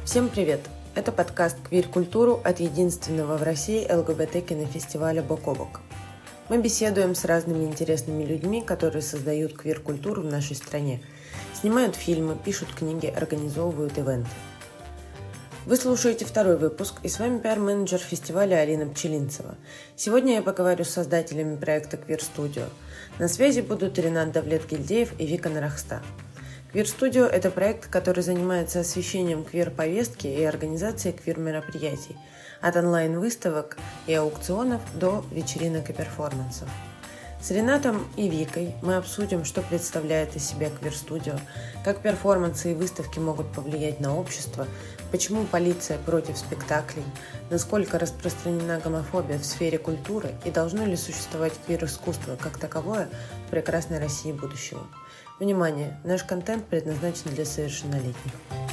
Всем привет! Это подкаст «Квир-культуру» от единственного в России ЛГБТ-кинофестиваля «Бок о бок». Мы беседуем с разными интересными людьми, которые создают квир-культуру в нашей стране, снимают фильмы, пишут книги, организовывают ивенты. Вы слушаете второй выпуск, и с вами пиар-менеджер фестиваля Алина Пчелинцева. Сегодня я поговорю с создателями проекта «Квир Студио». На связи будут Ринат Давлет-Гильдеев и Вика Нарахста. Квир Студио – это проект, который занимается освещением квир-повестки и организацией квир-мероприятий, от онлайн-выставок и аукционов до вечеринок и перформансов. С Ринатом и Викой мы обсудим, что представляет из себя Квир Студио, как перформансы и выставки могут повлиять на общество, почему полиция против спектаклей, насколько распространена гомофобия в сфере культуры и должно ли существовать квир-искусство как таковое в прекрасной России будущего. Внимание! Наш контент предназначен для совершеннолетних.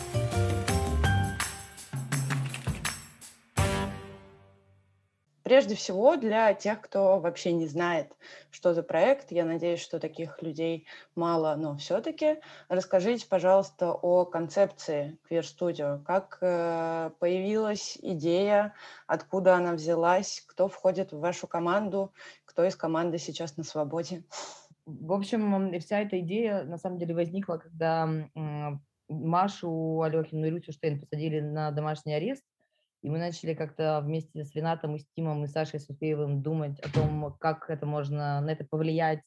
Прежде всего, для тех, кто вообще не знает, что за проект, я надеюсь, что таких людей мало, но все-таки расскажите, пожалуйста, о концепции Queer Studio. Как появилась идея, откуда она взялась, кто входит в вашу команду, кто из команды сейчас на свободе? В общем, вся эта идея на самом деле возникла, когда Машу Алехину и Люсю Штейн посадили на домашний арест, и мы начали как-то вместе с Ренатом и с Тимом и Сашей Суфеевым думать о том, как это можно на это повлиять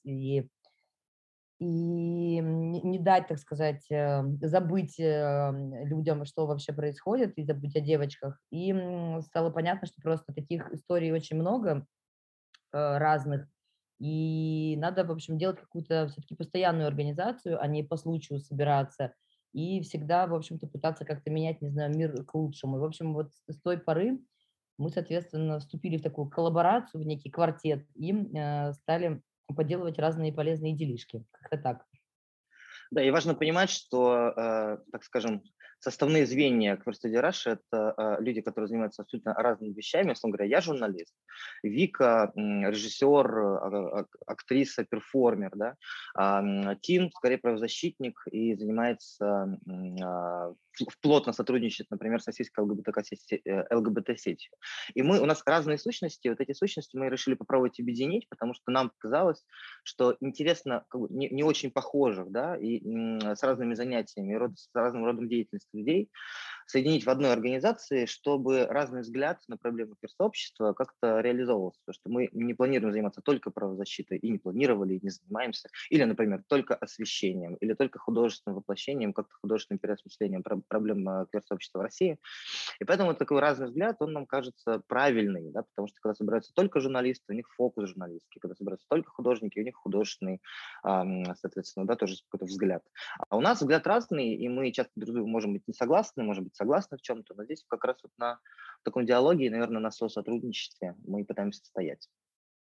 и не дать, так сказать, забыть людям, что вообще происходит, и забыть о девочках. И стало понятно, что просто таких историй очень много разных, и надо, в общем, делать какую-то все-таки постоянную организацию, а не по случаю собираться. И всегда, в общем-то, пытаться как-то менять, не знаю, мир к лучшему. И, в общем, вот с той поры мы, соответственно, вступили в такую коллаборацию, в некий квартет и стали поделывать разные полезные делишки. Как-то так. Да, и важно понимать, что, так скажем, составные звенья Квир-студии Раша – это люди, которые занимаются абсолютно разными вещами. Условно говоря, я журналист, Вика – режиссер, актриса, перформер, да? Тим скорее правозащитник и занимается, плотно сотрудничает, например, с российской ЛГБТ-сетью. И у нас разные сущности, вот эти сущности мы решили попробовать объединить, потому что нам казалось, что интересно не очень похожих, да, и с разными занятиями, с разным родом деятельности людей соединить в одной организации, чтобы разный взгляд на проблемы квир-сообщества как-то реализовывался. Потому что мы не планируем заниматься только правозащитой, и не планировали, и не занимаемся. Или, например, только освещением, или только художественным воплощением, как-то художественным переосмыслением проблем квир-сообщества в России. И поэтому вот такой разный взгляд, он нам кажется правильный, да, потому что когда собираются только журналисты, у них фокус журналистский, когда собираются только художники, у них художественный, соответственно, да, тоже какой-то взгляд. А у нас взгляд разный, и мы часто друг с другом можем быть не согласны, можем быть согласны в чем-то, но здесь как раз вот на таком диалоге, наверное, на сотрудничестве мы пытаемся стоять.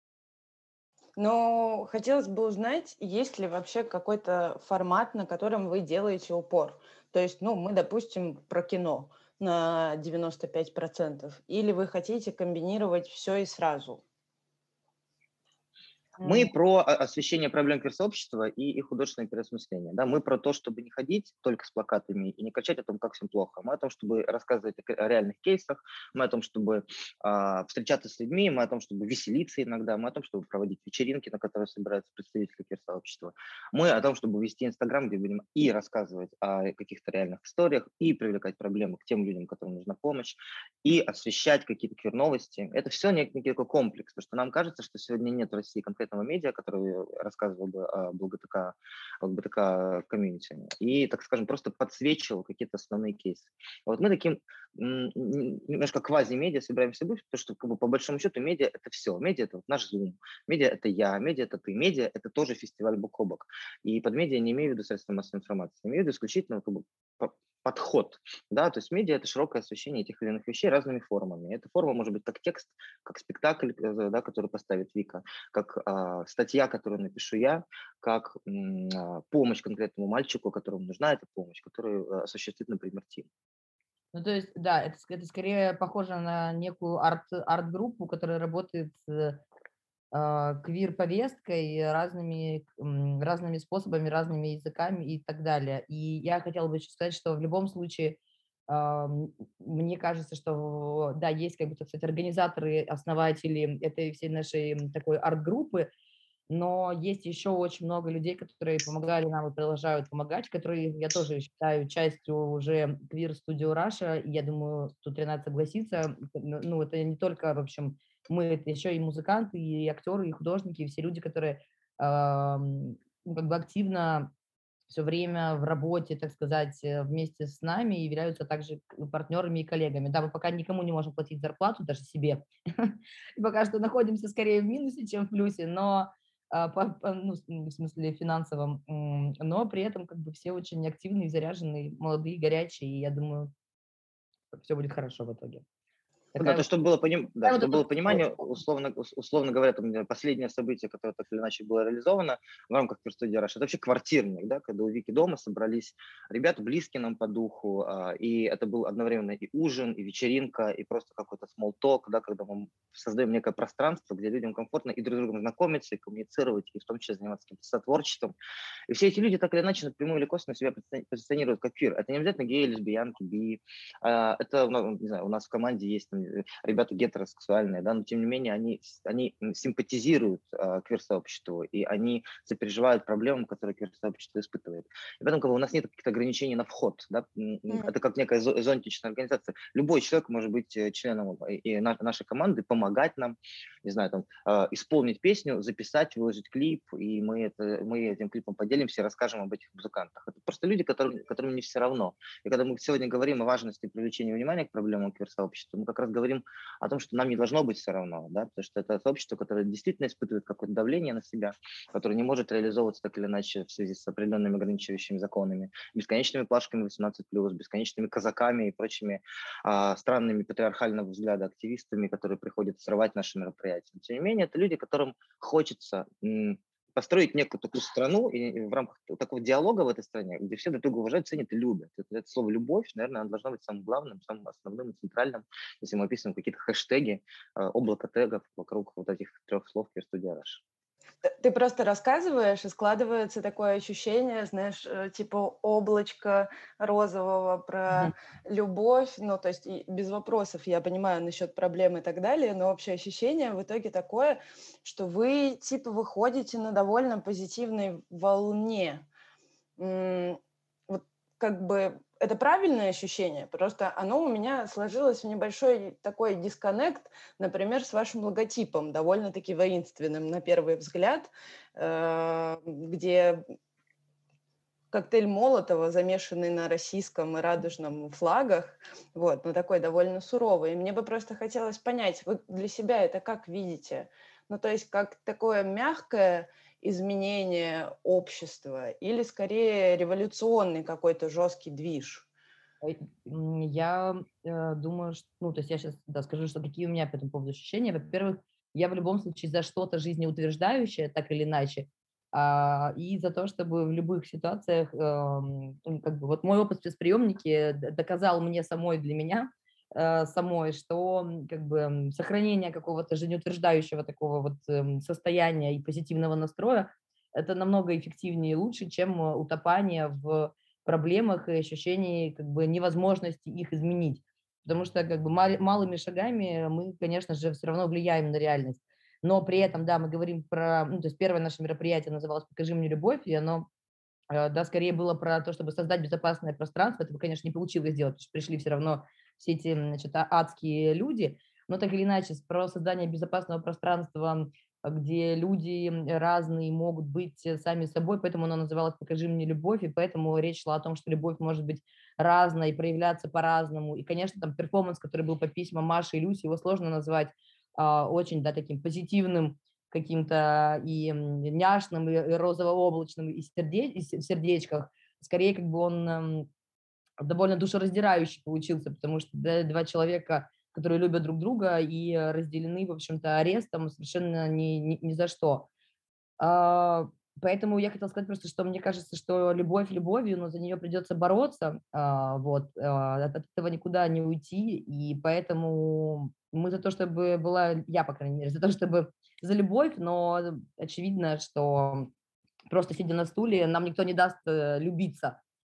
Но хотелось бы узнать, есть ли вообще какой-то формат, на котором вы делаете упор. То есть, мы, допустим, про кино на 95%, или вы хотите комбинировать все и сразу? Мы про освещение проблем квир-сообщества и художественное переосмысление. Да? Мы про то, чтобы не ходить только с плакатами и не кричать о том, как всем плохо. Мы о том, чтобы рассказывать о реальных кейсах, мы о том, чтобы встречаться с людьми, мы о том, чтобы веселиться иногда, мы о том, чтобы проводить вечеринки, на которые собираются представители квир-сообщества. Мы о том, чтобы вести Инстаграм, где будем и рассказывать о каких-то реальных историях, и привлекать проблемы к тем людям, которым нужна помощь, и освещать какие-то квир-новости. Это все некий такой комплекс, потому что нам кажется, что сегодня нет в России конкретного медиа, который рассказывал бы о ЛГБТК комьюнити и, так скажем, просто подсвечивал какие-то основные кейсы. Вот мы таким немножко квази-медиа собираемся быть, потому что по большому счету медиа – это все. Медиа – это вот наш Zoom, медиа – это я, медиа – это ты, медиа – это тоже фестиваль «Бок о бок». И под медиа не имею в виду средства массовой информации, имею в виду исключительно подход, да, то есть медиа – это широкое освещение этих или иных вещей разными формами. Эта форма может быть как текст, как спектакль, да, который поставит Вика, как статья, которую напишу я, как помощь конкретному мальчику, которому нужна эта помощь, которую осуществит, например, Тим. Ну, то есть, да, это скорее похоже на некую арт-группу, которая работает с квир-повесткой, разными способами, разными языками и так далее. И я хотела бы еще сказать, что в любом случае Мне кажется, что, да, есть, как бы, так сказать, организаторы, основатели этой всей нашей такой арт-группы, но есть еще очень много людей, которые помогали нам и продолжают помогать, которые я тоже считаю частью уже Queer Studio Russia. И я думаю, тут Ренат согласится. Ну, это не только, в общем, мы, это еще и музыканты, и актеры, и художники, и все люди, которые ну, как бы активно все время в работе, так сказать, вместе с нами и являются также партнерами и коллегами. Да, мы пока никому не можем платить зарплату, даже себе. Пока что находимся скорее в минусе, чем в плюсе, но ну, в смысле финансовом, но при этом как бы все очень активные, заряженные, молодые, горячие, и я думаю, все будет хорошо в итоге. Ну да, Такая то, вот, чтобы было, да, такая вот чтобы было эта понимание, тусовка. условно говоря, там, последнее событие, которое так или иначе было реализовано в рамках Перстудия Раша, это вообще квартирник, да, когда у Вики дома собрались ребята, близкие нам по духу, и это был одновременно и ужин, и вечеринка, и просто какой-то small talk, да, когда мы создаем некое пространство, где людям комфортно и друг с другом знакомиться, и коммуницировать, и в том числе заниматься каким-то сотворчеством. И все эти люди так или иначе напрямую или косвенно себя позиционируют как квир. Это не обязательно геи, лесбиянки, би, это, ну, не знаю, у нас в команде есть там, ребята гетеросексуальные, да, но тем не менее они симпатизируют квир-сообществу, и они сопереживают проблемам, которые квир-сообщество испытывает. И поэтому как бы, у нас нет каких-то ограничений на вход. Да? Это как некая зонтичная организация. Любой человек может быть членом и нашей команды, помогать нам, не знаю, там, исполнить песню, записать, выложить клип, и мы этим клипом поделимся и расскажем об этих музыкантах. Это просто люди, которым не все равно. И когда мы сегодня говорим о важности привлечения внимания к проблемам квир-сообщества, мы как раз говорим о том, что нам не должно быть все равно, да, потому что это сообщество, которое действительно испытывает какое-то давление на себя, которое не может реализовываться так или иначе в связи с определенными ограничивающими законами, бесконечными плашками 18+, бесконечными казаками и прочими странными патриархального взгляда активистами, которые приходят срывать наши мероприятия. Но, тем не менее, это люди, которым хочется построить некую такую страну и в рамках такого диалога в этой стране, где все друг друга уважают, ценят и любят. Это слово «любовь», наверное, оно должно быть самым главным, самым основным и центральным, если мы описываем какие-то хэштеги, облако тегов вокруг вот этих трех слов «Квир-студия Rush». Ты просто рассказываешь, и складывается такое ощущение, знаешь, типа облачко розового про любовь, ну, то есть и без вопросов я понимаю насчет проблем и так далее, но общее ощущение в итоге такое, что вы типа выходите на довольно позитивной волне. Вот как бы это правильное ощущение, просто оно у меня сложилось в небольшой такой дисконнект, например, с вашим логотипом, довольно-таки воинственным на первый взгляд, где коктейль Молотова, замешанный на российском и радужном флагах, вот, но такой довольно суровый. И мне бы просто хотелось понять, вы для себя это как видите? Ну, то есть как такое мягкое изменение общества или скорее революционный какой-то жесткий движ? Я думаю, что, ну, то есть я сейчас скажу, что какие у меня по этому поводу ощущения. Во-первых, я в любом случае за что-то жизнеутверждающее, так или иначе, и за то, чтобы в любых ситуациях, ну, как бы, вот мой опыт в спецприемнике доказал мне самой, для меня самой, что как бы сохранение какого-то жизнеутверждающего такого вот состояния и позитивного настроя это намного эффективнее и лучше, чем утопание в проблемах и ощущении как бы невозможности их изменить. Потому что как бы малыми шагами мы, конечно же, все равно влияем на реальность. Но при этом, да, мы говорим про, ну, то есть первое наше мероприятие называлось «Покажи мне любовь», и оно, да, скорее было про то, чтобы создать безопасное пространство. Этого, конечно, не получилось сделать, потому что пришли все равно все эти, значит, адские люди. Но так или иначе, про создание безопасного пространства, где люди разные могут быть сами собой, поэтому оно называлось «Покажи мне любовь», и поэтому речь шла о том, что любовь может быть разной, проявляться по-разному. И, конечно, там перформанс, который был по письмам Маши и Люси, его сложно назвать очень, да, таким позитивным, каким-то и няшным, и розово-облачным, и в сердечках. Скорее, как бы он довольно душераздирающий получился, потому что да, два человека, которые любят друг друга и разделены, в общем-то, арестом совершенно ни за что. А, Поэтому я хотела сказать просто, что мне кажется, что любовь любовью, но за нее придется бороться, вот, от этого никуда не уйти, и поэтому мы за то, чтобы была, я, по крайней мере, за то, чтобы за любовь, но очевидно, что просто сидя на стуле нам никто не даст любиться.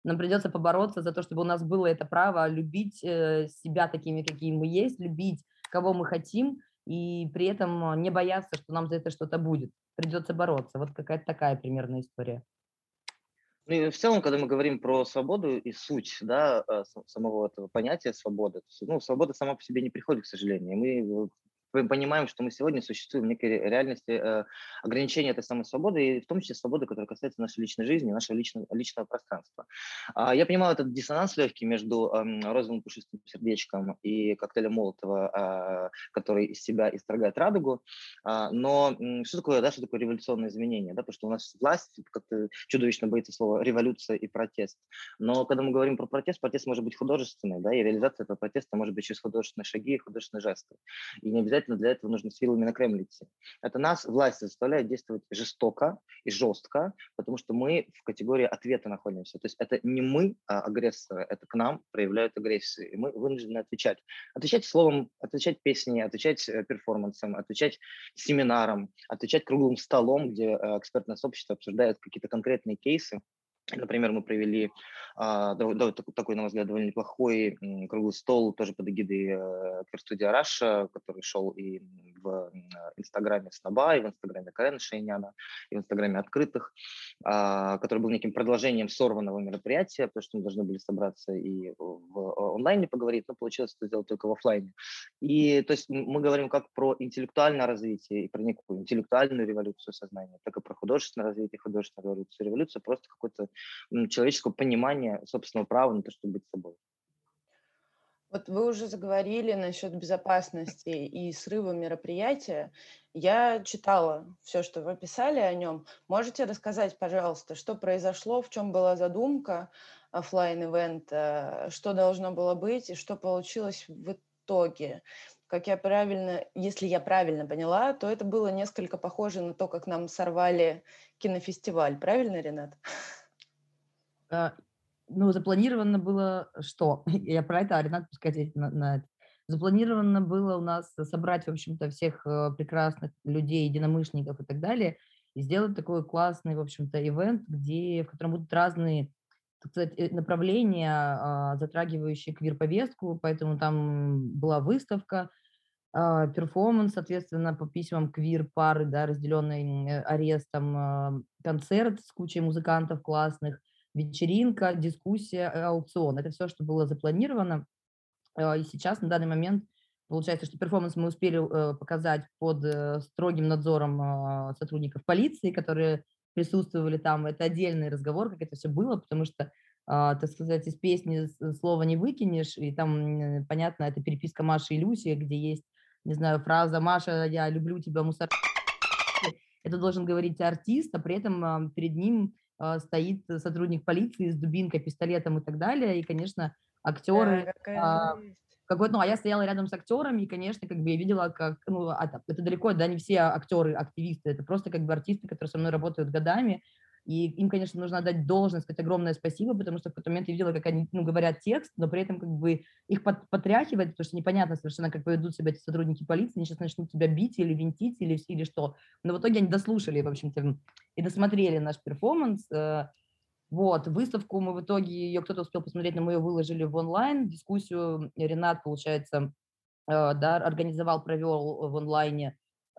нам придется побороться за то, чтобы у нас было это право любить себя такими, какие мы есть, любить, кого мы хотим, и при этом не бояться, что нам за это что-то будет. Придется бороться. Вот какая-то такая примерная история. Ну и в целом, когда мы говорим про свободу и суть, да, самого этого понятия свободы, ну, свобода сама по себе не приходит, к сожалению. Мы понимаем, что мы сегодня существуем в некой реальности ограничения этой самой свободы, и в том числе свободы, которая касается нашей личной жизни, нашего личного пространства. Я понимаю этот диссонанс легкий между розовым пушистым сердечком и коктейлем Молотова, который из себя исторгает радугу. Но что такое революционное изменение? Да? Потому что у нас власть как-то чудовищно боится слова революция и протест. Но когда мы говорим про протест, протест может быть художественный, да, и реализация этого протеста может быть через художественные шаги и художественные жесты. И не обязательно для этого нужно с вилами на Кремль идти. Это нас, власть, заставляет действовать жестоко и жестко, потому что мы в категории ответа находимся. То есть это не мы агрессоры, это к нам проявляют агрессию. И мы вынуждены отвечать. Отвечать словом, отвечать песней, отвечать перформансом, отвечать семинарам, отвечать круглым столом, где экспертное сообщество обсуждает какие-то конкретные кейсы. Например, мы провели такой, на мой взгляд, довольно неплохой круглый стол тоже под эгидой Квир-студия Раша, который шел и в инстаграме Сноба, и в инстаграме Карена Шейняна, и в инстаграме Открытых, который был неким продолжением сорванного мероприятия, потому что мы должны были собраться и в онлайне поговорить, но получилось это сделать только в офлайне. И то есть мы говорим как про интеллектуальное развитие и про некую интеллектуальную революцию сознания, так и про художественное развитие, художественную революцию. Революция просто какой-то человеческого понимания собственного права на то, чтобы быть собой. Вот вы уже заговорили насчет безопасности и срыва мероприятия. Я читала все, что вы писали о нем. Можете рассказать, пожалуйста, что произошло, в чем была задумка оффлайн-ивента, что должно было быть и что получилось в итоге? Как я правильно, если я правильно поняла, то это было несколько похоже на то, как нам сорвали кинофестиваль. Правильно, Ренат? Ну, запланировано было что? Я про это, а Ренат пускай ответит на это. Запланировано было у нас собрать, в общем-то, всех прекрасных людей, единомышленников и так далее, и сделать такой классный, в общем-то, ивент, в котором будут разные, так сказать, направления, затрагивающие квир-повестку, поэтому там была выставка, перформанс, соответственно, по письмам квир-пары, да, разделенной арестом, концерт с кучей музыкантов классных, вечеринка, дискуссия, аукцион. Это все, что было запланировано. И сейчас, на данный момент, получается, что перформанс мы успели показать под строгим надзором сотрудников полиции, которые присутствовали там. Это отдельный разговор, как это все было, потому что, так сказать, из песни слова не выкинешь, и там, понятно, это переписка Маши и Люси, где есть, не знаю, фраза «Маша, я люблю тебя, мусор». Это должен говорить артист, а при этом перед ним стоит сотрудник полиции с дубинкой, пистолетом и так далее. И, конечно, актеры... Да, какая жесть. А я стояла рядом с актерами, и, конечно, как бы я видела, как, это далеко, да, не все актеры, активисты, это просто как бы артисты, которые со мной работают годами, и им, конечно, нужно отдать должность, сказать огромное спасибо, потому что в какой-то момент я видела, как они, говорят текст, но при этом как бы их потряхивает, потому что непонятно совершенно, как поведут себя эти сотрудники полиции, они сейчас начнут тебя бить или винтить, или что. Но в итоге они дослушали, в общем-то, и досмотрели наш перформанс. Вот, выставку мы в итоге, ее кто-то успел посмотреть, но мы ее выложили в онлайн. Дискуссию Ренат, получается, да, организовал, провел в онлайне.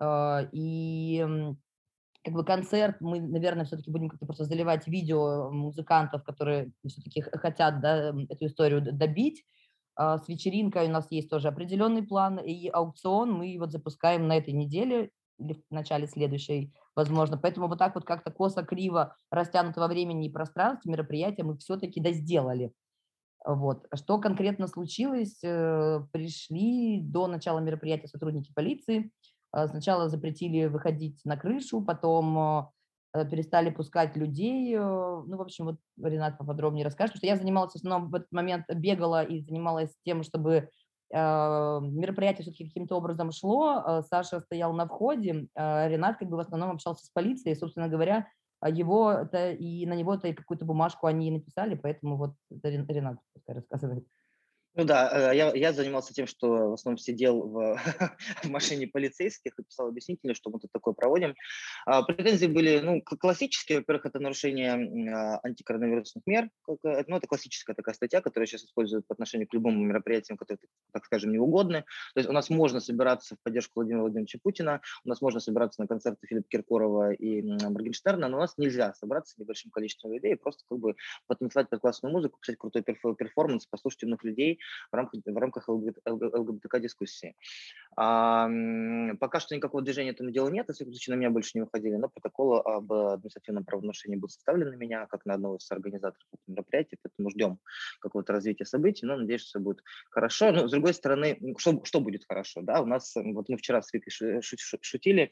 И как бы концерт мы, наверное, все-таки будем как-то просто заливать видео музыкантов, которые все-таки хотят, да, эту историю добить. С вечеринкой у нас есть тоже определенный план, и аукцион мы вот запускаем на этой неделе или в начале следующей, возможно. Поэтому вот так вот как-то косо-криво растянуто во времени и пространстве мероприятия мы все-таки досделали. Вот. Что конкретно случилось? Пришли до начала мероприятия сотрудники полиции. Сначала запретили выходить на крышу, потом перестали пускать людей. Ну, в общем, вот Ренат поподробнее расскажет, потому что я занималась в основном в этот момент, бегала и занималась тем, чтобы мероприятие все-таки каким-то образом шло. Саша стоял на входе, Ренат как бы в основном общался с полицией, и, собственно говоря, его-то и на него-то и какую-то бумажку они написали, поэтому вот это Ренат пускай рассказывает. Ну да, я занимался тем, что в основном сидел в машине полицейских и писал объяснительные, что мы тут такое проводим. Претензии были, ну, классические. Во-первых, это нарушение антикоронавирусных мер. Ну, это классическая такая статья, которая сейчас используют по отношению к любому мероприятию, которые, так скажем, не угодны. То есть у нас можно собираться в поддержку Владимира Владимировича Путина, у нас можно собираться на концерты Филиппа Киркорова и Моргенштерна, но у нас нельзя собраться с небольшим количеством людей и просто как бы потанцевать под классную музыку, писать крутой перформанс, послушать умных людей, в рамках ЛГБТК-дискуссии. Пока что никакого движения этому делу нет, во всяком случае, на меня больше не выходили, но протокол об административном правонарушении был составлен на меня, как на одного из организаторов этого мероприятия, поэтому ждем какого-то развития событий, но надеюсь, что все будет хорошо. Но, с другой стороны, что будет хорошо, да, у нас, вот мы вчера с Викой шутили,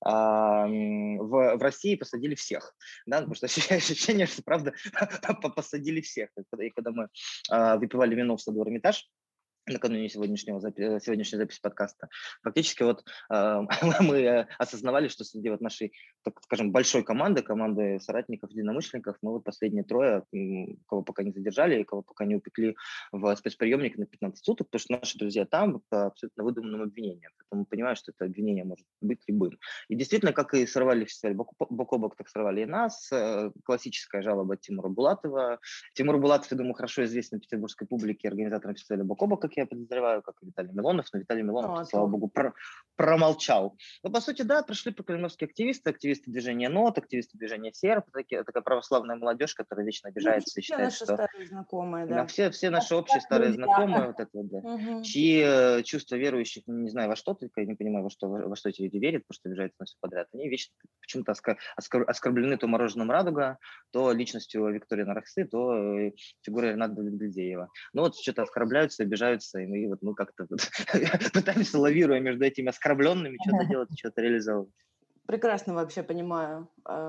в России посадили всех, да, потому что ощущение, что, правда, посадили всех. И когда мы выпивали вино в саду Эрмитаж, накануне сегодняшней записи подкаста, фактически вот мы осознавали, что среди вот нашей, так скажем, большой команды соратников, единомышленников, мы вот последние трое, кого пока не задержали, и кого пока не упекли в спецприемник на 15 суток, потому что наши друзья там по абсолютно выдуманным обвинениям. Поэтому мы понимаем, что это обвинение может быть любым. И действительно, как и сорвали фестиваль бок о бок, так сорвали и нас. Классическая жалоба Тимура Булатова. Тимур Булатов, я думаю, хорошо известен петербургской публике, организаторам фестиваля бок о бок, как я подозреваю, как и Виталий Милонов, но Виталий Милонов, слава богу, промолчал. Но, по сути, да, пришли прокремлевские активисты движения НОТ, активисты движения СЕРП, такая православная молодежь, которая вечно обижается и считает, наши что... старые знакомые, Да, да. все наши общие старые знакомые, вот это вот, да, чьи чувства верующих, не знаю во что, только я не понимаю, во что эти люди верят, потому что обижаются на все подряд. Они вечно почему-то оскорблены то мороженым «Радуга», то личностью Виктории Нарахсы, то фигурой Рената Давлетбердиева. Ну вот что-то оскорбляются, обижаются, и вот мы как-то пытаемся, лавируя между этими оскорбленными, что-то делать, что-то реализовывать. Прекрасно вообще понимаю,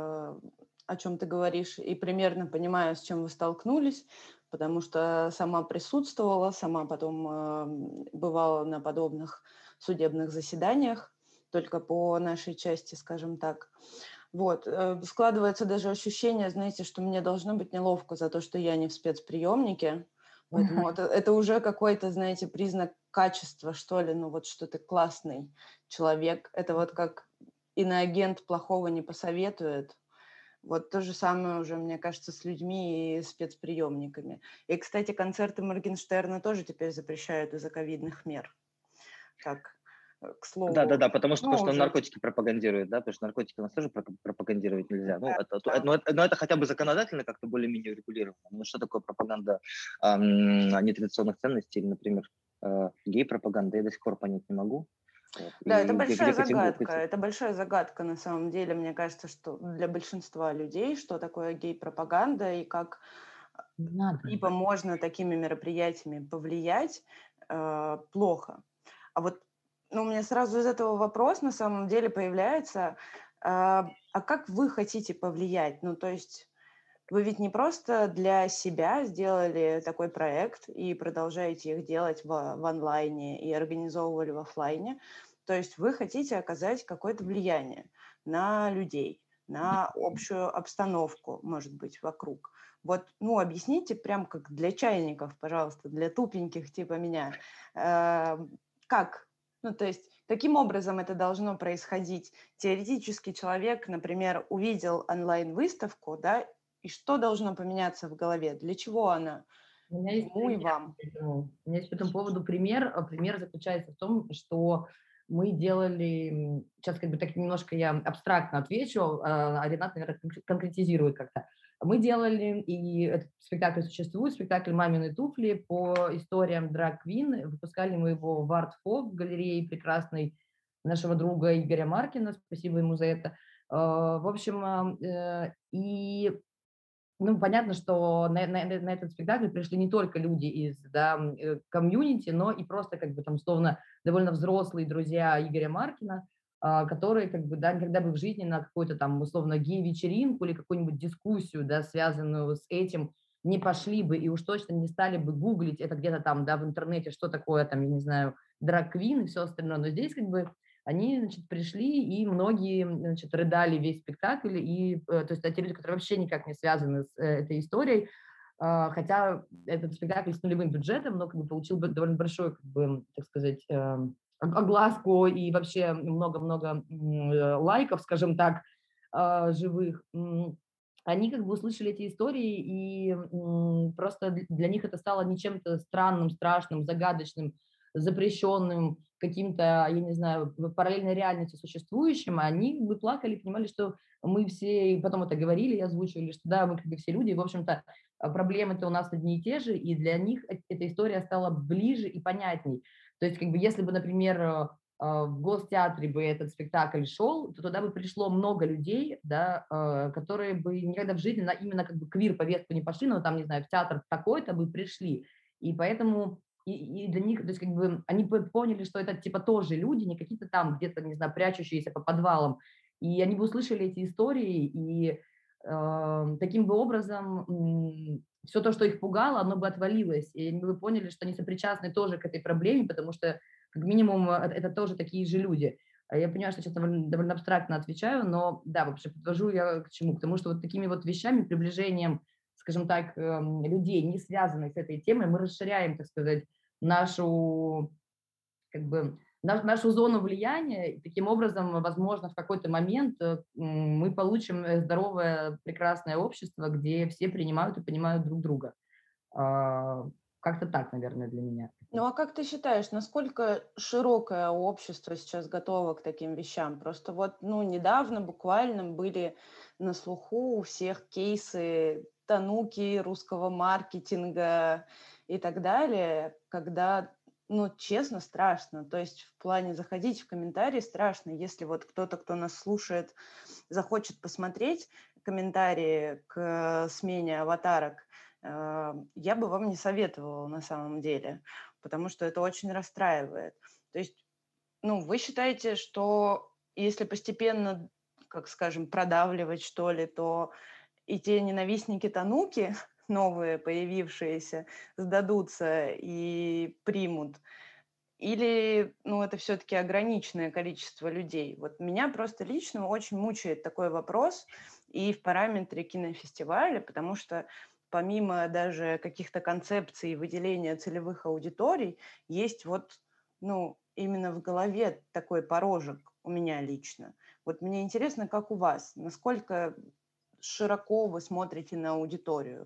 о чем ты говоришь, и примерно понимаю, с чем вы столкнулись, потому что сама присутствовала, сама потом бывала на подобных судебных заседаниях, только по нашей части, скажем так. Вот. Складывается даже ощущение, знаете, что мне должно быть неловко за то, что я не в спецприемнике, поэтому это уже какой-то, знаете, признак качества, что ли, ну вот что ты классный человек. Это вот как иноагент плохого не посоветует. Вот то же самое уже, мне кажется, с людьми и спецприемниками. И, кстати, концерты Моргенштерна тоже теперь запрещают из-за ковидных мер. Так, к слову. Да, потому что уже... он наркотики пропагандирует, да, потому что наркотики у нас тоже пропагандировать нельзя. Ну, это хотя бы законодательно как-то более-менее регулировано. Ну, что такое пропаганда нетрадиционных ценностей, или, например, гей-пропаганда, я до сих пор понять не могу. Да, это большая загадка. Это большая загадка, на самом деле, мне кажется, что для большинства людей, что такое гей-пропаганда и как типа можно такими мероприятиями повлиять, плохо. А вот у меня сразу из этого вопрос на самом деле появляется, а как вы хотите повлиять? Ну, то есть вы ведь не просто для себя сделали такой проект и продолжаете их делать в онлайне и организовывали в офлайне. То есть вы хотите оказать какое-то влияние на людей, на общую обстановку, может быть, вокруг. Вот, объясните прям как для чайников, пожалуйста, для тупеньких типа меня. Как? Ну, то есть, каким образом это должно происходить? Теоретически человек, например, увидел онлайн-выставку, да, и что должно поменяться в голове? Для чего она? У меня есть ему и вам. У меня есть по этому поводу пример. Пример заключается в том, что мы делали, сейчас как бы так немножко я абстрактно отвечу, а Ренат, наверное, конкретизирует как-то. Мы делали, и этот спектакль существует, спектакль «Мамины туфли» по историям драг-квин. Выпускали мы его в Art-Folk, галерее прекрасной нашего друга Игоря Маркина, спасибо ему за это. В общем, и понятно, что на этот спектакль пришли не только люди из комьюнити, но и просто как бы там условно довольно взрослые друзья Игоря Маркина, которые как бы никогда бы в жизни на какую-то там условно гей-вечеринку или какую-нибудь дискуссию, связанную с этим, не пошли бы и уж точно не стали бы гуглить это где-то там, в интернете, что такое там, я не знаю, драг-квин и все остальное. Но здесь как бы они, пришли, и многие, рыдали весь спектакль, и, то есть, те люди, которые вообще никак не связаны с этой историей, хотя этот спектакль с нулевым бюджетом, но как бы получил довольно большой, как бы, так сказать, огласку и вообще много-много лайков, скажем так, живых. Они как бы услышали эти истории, и просто для них это стало не чем-то странным, страшным, загадочным, запрещенным, каким-то, я не знаю, в параллельной реальности существующим. Они бы плакали, понимали, что мы все, и потом это говорили, озвучивали, что да, мы как бы все люди, и, в общем-то, проблемы-то у нас одни и те же, и для них эта история стала ближе и понятней. То есть, как бы, если бы, например, в Гостеатре бы этот спектакль шел, то туда бы пришло много людей, да, которые бы никогда в жизни на именно как бы квир-повестку не пошли, но там, не знаю, в театр такой-то бы пришли. И поэтому и для них, то есть как бы они бы поняли, что это типа тоже люди, не какие-то там где-то, не знаю, прячущиеся по подвалам. И они бы услышали эти истории, и таким бы образом все то, что их пугало, оно бы отвалилось. И они бы поняли, что они сопричастны тоже к этой проблеме, потому что как минимум это тоже такие же люди. Я понимаю, что сейчас довольно абстрактно отвечаю, но да, вообще подвожу я к чему? К тому, что вот такими вот вещами, приближением, скажем так, людей, не связанных с этой темой, мы расширяем, так сказать, нашу, как бы, нашу зону влияния, и таким образом, возможно, в какой-то момент мы получим здоровое, прекрасное общество, где все принимают и понимают друг друга. Как-то так, наверное, для меня. Ну а как ты считаешь, насколько широкое общество сейчас готово к таким вещам? Просто вот, недавно буквально были на слуху у всех кейсы Тануки, русского маркетинга и так далее, когда, честно, страшно. То есть в плане заходить в комментарии страшно. Если вот кто-то, кто нас слушает, захочет посмотреть комментарии к смене аватарок, я бы вам не советовала на самом деле, потому что это очень расстраивает. То есть, вы считаете, что если постепенно, как скажем, продавливать, что ли, то и те ненавистники Тануки, новые появившиеся, сдадутся и примут? Или, это все-таки ограниченное количество людей? Вот меня просто лично очень мучает такой вопрос и в параметре кинофестиваля, потому что помимо даже каких-то концепций выделения целевых аудиторий, есть вот, именно в голове такой порожек у меня лично. Вот мне интересно, как у вас, насколько широко вы смотрите на аудиторию?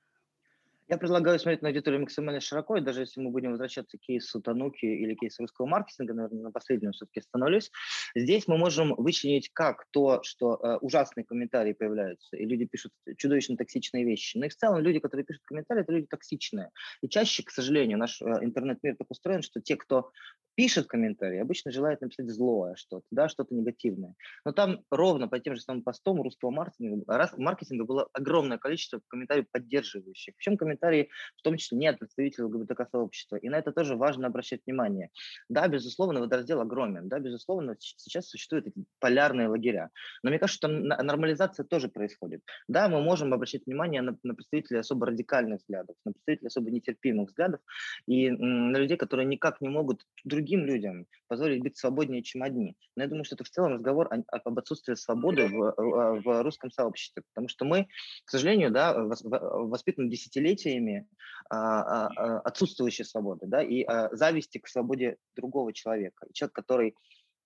Я предлагаю смотреть на аудиторию максимально широко, и даже если мы будем возвращаться к кейсу Тануки или кейсу русского маркетинга, наверное, на последнем все-таки остановлюсь, здесь мы можем вычленить как то, что ужасные комментарии появляются, и люди пишут чудовищно токсичные вещи, но и в целом люди, которые пишут комментарии, это люди токсичные. И чаще, к сожалению, наш интернет-мир так устроен, что те, кто пишет комментарии, обычно желают написать злое что-то, да, что-то негативное. Но там ровно по тем же самым постам русского маркетинга было огромное количество комментариев поддерживающих. Причем комментарии, в том числе, не от представителей ЛГБТК-сообщества. И на это тоже важно обращать внимание. Да, безусловно, водораздел огромен. Да, безусловно, сейчас существуют эти полярные лагеря. Но мне кажется, что нормализация тоже происходит. Да, мы можем обращать внимание на представителей особо радикальных взглядов, на представителей особо нетерпимых взглядов и на людей, которые никак не могут другим людям позволить быть свободнее, чем одни. Но я думаю, что это в целом разговор об отсутствии свободы в русском сообществе. Потому что мы, к сожалению, да, воспитаны десятилетиями отсутствующей свободы, да, и зависти к свободе другого человека. Человек, который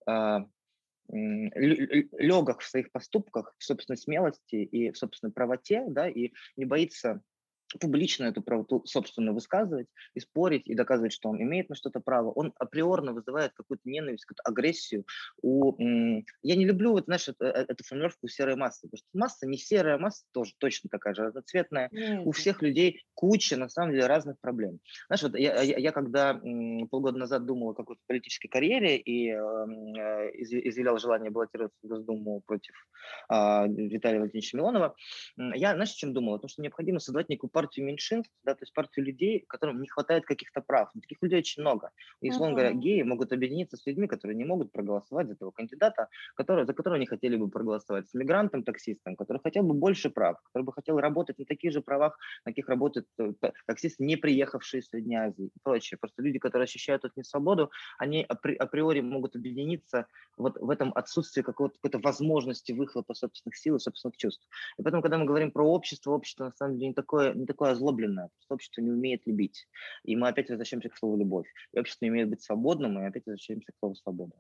легок в своих поступках, в собственной смелости и в собственной правоте, да, и не боится публично эту правоту собственно высказывать и спорить, и доказывать, что он имеет на что-то право, он априорно вызывает какую-то ненависть, какую-то агрессию. Я не люблю, эту формулировку «серая масса», потому что масса не серая, масса тоже точно такая же, разноцветная. У всех людей куча, на самом деле, разных проблем. Знаешь, вот я когда полгода назад думал о какой-то политической карьере и изъявлял желание баллотироваться в Госдуму против Виталия Валентиновича Милонова, я, знаешь, о чем думал? О том, что необходимо создавать некую партию меньшинств, да, то есть партию людей, которым не хватает каких-то прав. Но таких людей очень много. И, условно говоря, геи могут объединиться с людьми, которые не могут проголосовать за того кандидата, за которого они хотели бы проголосовать, с мигрантом-таксистом, который хотел бы больше прав, который бы хотел работать на таких же правах, на каких работают таксисты, не приехавшие из Средней Азии и прочее. Просто люди, которые ощущают эту несвободу, они априори могут объединиться вот в этом отсутствии какой-то возможности выхлопа собственных сил и собственных чувств. И поэтому, когда мы говорим про общество на самом деле не такое такое озлобленное, просто общество не умеет любить. И мы опять возвращаемся к слову «любовь». И общество не умеет быть свободным, и опять возвращаемся к слову «свобода».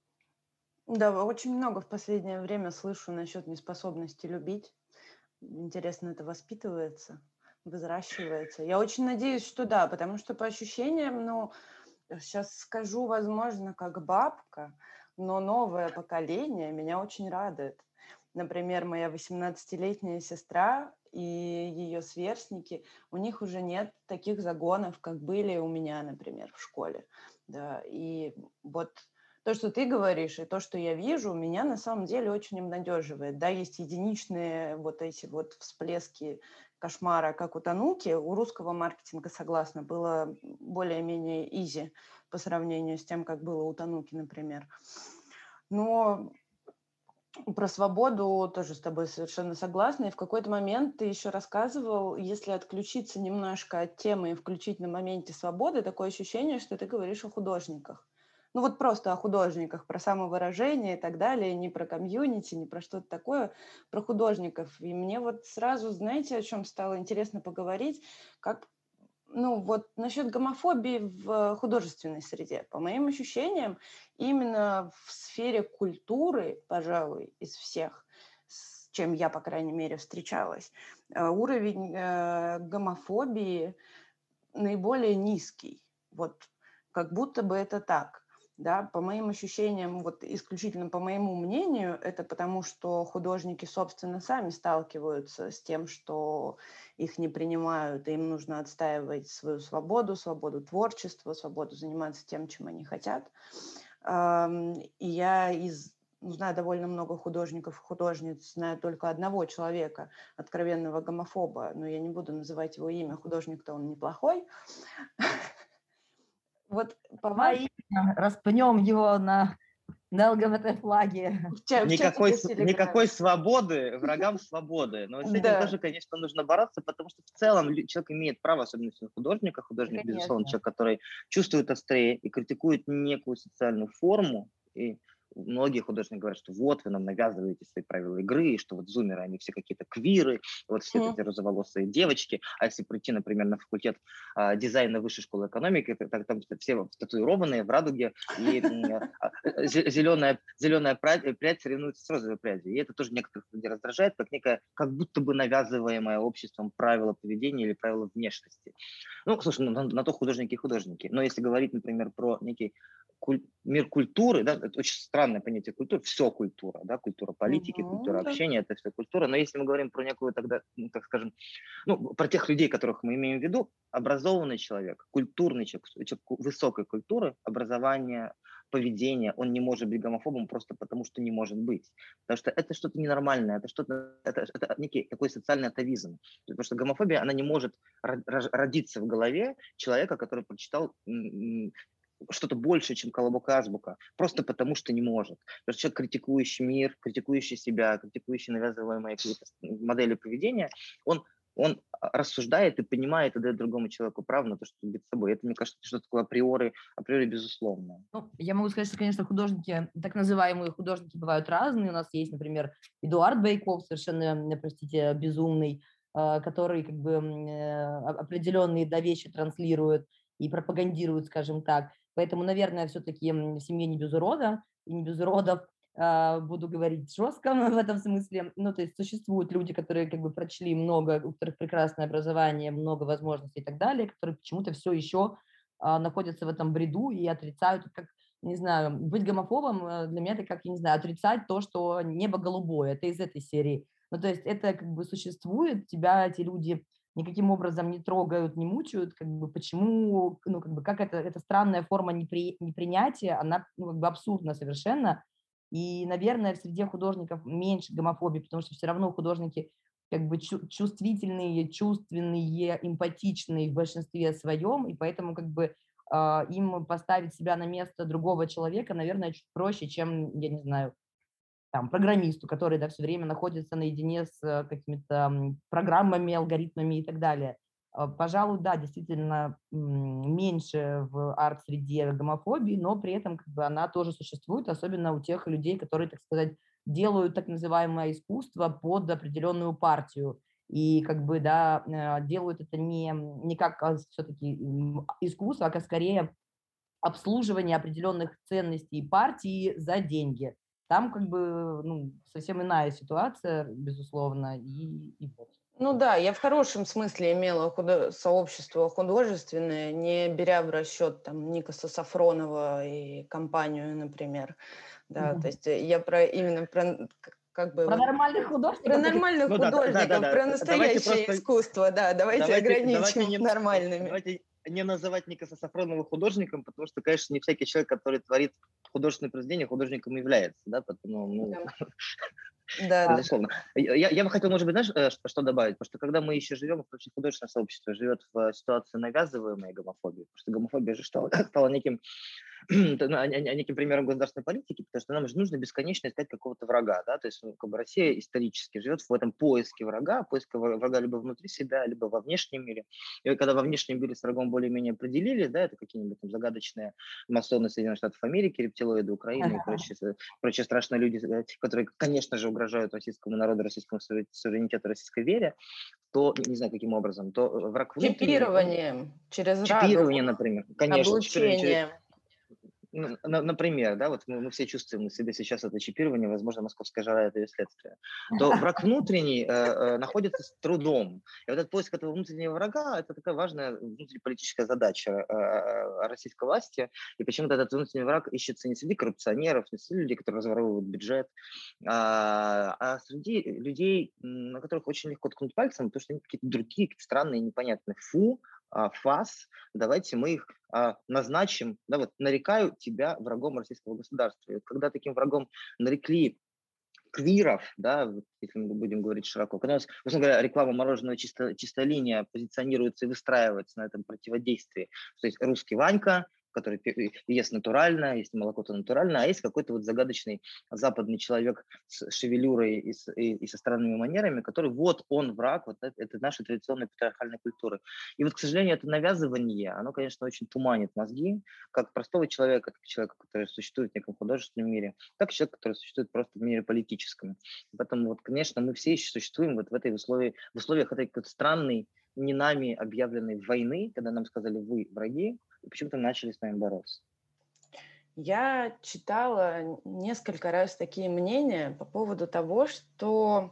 Да, очень много в последнее время слышу насчет неспособности любить. Интересно, это воспитывается, взращивается? Я очень надеюсь, что да, потому что по ощущениям, ну, сейчас скажу, возможно, как бабка, но новое поколение меня очень радует. Например, моя 18-летняя сестра и ее сверстники, у них уже нет таких загонов, как были у меня, например, в школе. Да, и вот то, что ты говоришь, и то, что я вижу, меня на самом деле очень обнадеживает. Да, есть единичные вот эти вот всплески кошмара, как у Тануки. У русского маркетинга, согласна, было более-менее изи по сравнению с тем, как было у Тануки, например. Но про свободу тоже с тобой совершенно согласна. И в какой-то момент ты еще рассказывал, если отключиться немножко от темы и включить на моменте свободы, такое ощущение, что ты говоришь о художниках. Ну вот просто о художниках, про самовыражение и так далее, не про комьюнити, не про что-то такое, про художников. И мне вот сразу, знаете, о чем стало интересно поговорить, как, ну вот насчет гомофобии в художественной среде. По моим ощущениям, именно в сфере культуры, пожалуй, из всех, с чем я, по крайней мере, встречалась, уровень гомофобии наиболее низкий. Вот как будто бы это так. Да, по моим ощущениям, вот исключительно по моему мнению, это потому, что художники, собственно, сами сталкиваются с тем, что их не принимают, и им нужно отстаивать свою свободу, свободу творчества, свободу заниматься тем, чем они хотят. И я знаю довольно много художников и художниц, знаю только одного человека, откровенного гомофоба, но я не буду называть его имя, художник-то он неплохой. Вот Давай распнем его на ЛГБТ-флаге. Никакой свободы врагам свободы. Но с этим тоже, конечно, нужно бороться, потому что в целом человек имеет право, особенно если он художник, безусловно, человек, который чувствует острее и критикует некую социальную форму. И многие художники говорят, что вот вы нам навязываете свои правила игры, и что вот зумеры, они все какие-то квиры, вот все эти розоволосые девочки. А если прийти, например, на факультет дизайна Высшей школы экономики, там все татуированные в радуге, и зеленая прядь соревнуется с розовой прядью. И это тоже некоторых людей раздражает, как некое, как будто бы навязываемое обществом правило поведения или правило внешности. Ну, слушай, на то художники и художники. Но если говорить, например, про некий мир культуры, да, это очень странное понятие культуры, все культура, да, культура политики, культура общения, это все культура, но если мы говорим про некую тогда, ну, так скажем, ну, про тех людей, которых мы имеем в виду, образованный человек, культурный человек высокой культуры, образования, поведения, он не может быть гомофобом просто потому, что не может быть. Потому что это что-то ненормальное, это некий такой социальный атовизм. Потому что гомофобия, она не может родиться в голове человека, который прочитал что-то больше, чем колобок и азбука, просто потому что не может. Потому что человек, критикующий мир, критикующий себя, критикующий навязываемые какие-то модели поведения, он рассуждает и понимает, и дает другому человеку право на то, чтобы быть собой. Это, мне кажется, что-то такое априори безусловное. Ну, я могу сказать, что, конечно, художники, так называемые художники бывают разные. У нас есть, например, Эдуард Байков, совершенно, простите, безумный, который как бы определенные вещи транслирует и пропагандирует, скажем так. Поэтому, наверное, все-таки в семье не без урода, и не без уродов, буду говорить жестко в этом смысле. Ну, то есть существуют люди, которые как бы прочли много, у которых прекрасное образование, много возможностей и так далее, которые почему-то все еще находятся в этом бреду и отрицают, как, не знаю, быть гомофобом для меня это как, я не знаю, отрицать то, что небо голубое, это из этой серии. Ну, то есть это как бы существует, тебя эти люди никаким образом не трогают, не мучают, как бы почему, ну, как бы как эта странная форма непринятия, она, ну, как бы абсурдна совершенно. И, наверное, в среде художников меньше гомофобии, потому что все равно художники как бы чувствительные, чувственные, эмпатичные в большинстве своем, и поэтому как бы им поставить себя на место другого человека, наверное, чуть проще, чем, я не знаю, там, программисту, который, да, все время находится наедине с какими-то программами, алгоритмами и так далее. Пожалуй, да, действительно меньше в арт-среде гомофобии, но при этом как бы она тоже существует, особенно у тех людей, которые, так сказать, делают так называемое искусство под определенную партию. и как бы, да, делают это не как все-таки искусство, а как скорее обслуживание определенных ценностей партии за деньги. Там как бы, ну, совсем иная ситуация, безусловно, и вот. Ну да, я в хорошем смысле имела сообщество художественное, не беря в расчет там Никаса Сафронова и компанию, например. Да, то есть я именно про как бы... Про нормальных художников? Про нормальных художников, про настоящее искусство, да, давайте ограничим нормальными. Давайте не называть Никаса Сафронова художником, потому что, конечно, не всякий человек, который творит художественное произведение, художником является, да, потому, ну... Да, безусловно. Я бы хотел, может быть, знаешь, что добавить? Потому что когда мы еще живем, в художественное сообщество живет в ситуации навязываемой гомофобии, потому что гомофобия же стала неким примером государственной политики, потому что нам же нужно бесконечно искать какого-то врага, да, то есть как бы Россия исторически живет в этом поиске врага либо внутри себя, либо во внешнем мире. И когда во внешнем мире с врагом более-менее определились, да, это какие-нибудь там загадочные масоны Соединенных Штатов Америки, рептилоиды Украины и прочие страшные люди, которые, конечно же, угрожают российскому народу, российскому суверенитету, российской вере, то, не знаю каким образом, то враг внутренний... Чипированием через Чипирование, например. Конечно, облучение. Например, да, вот мы все чувствуем на себе сейчас это чипирование, возможно, московская жара – это ее следствие, то враг внутренний находится с трудом. И вот этот поиск этого внутреннего врага – это такая важная внутриполитическая задача российской власти. И почему-то этот внутренний враг ищется не среди коррупционеров, не среди людей, которые разворовывают бюджет, а среди людей, на которых очень легко ткнуть пальцем, потому что они какие-то другие, какие-то странные, непонятные. ФАС, давайте мы их назначим, да, вот нарекаю тебя врагом российского государства. И вот когда таким врагом нарекли квиров, да, если мы будем говорить широко, когда у нас, условно говоря, реклама мороженого «Чистая линия» позиционируется и выстраивается на этом противодействии, то есть русский Ванька, который ест натурально, есть молоко-то натурально, а есть какой-то вот загадочный западный человек с шевелюрой и со странными манерами, который вот он враг, вот это наша традиционная патриархальная культура. И вот, к сожалению, это навязывание, оно, конечно, очень туманит мозги, как простого человека, как человека, который существует в неком художественном мире, так и человека, который существует просто в мире политическом. Поэтому, вот, конечно, мы все еще существуем вот в условиях этой вот странной, не нами объявленной войны, когда нам сказали «вы враги», и почему-то начали с нами бороться. Я читала несколько раз такие мнения по поводу того, что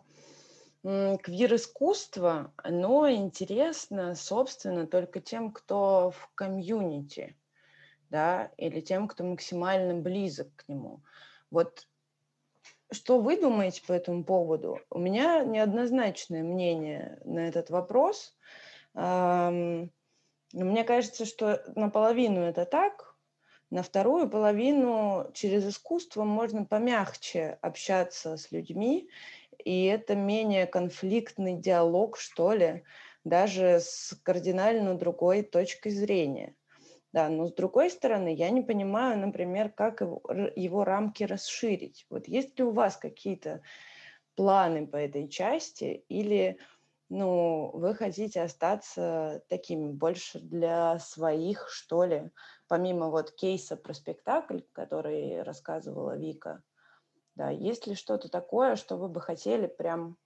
квир-искусство, оно интересно, собственно, только тем, кто в комьюнити, да, или тем, кто максимально близок к нему. Вот что вы думаете по этому поводу? У меня неоднозначное мнение на этот вопрос. Мне кажется, что наполовину это так, на вторую половину через искусство можно помягче общаться с людьми, и это менее конфликтный диалог, что ли, даже с кардинально другой точкой зрения. Да, но с другой стороны, я не понимаю, например, как его рамки расширить. Вот есть ли у вас какие-то планы по этой части, или вы хотите остаться такими больше для своих, что ли, помимо вот кейса про спектакль, который рассказывала Вика, да, есть ли что-то такое, что вы бы хотели прям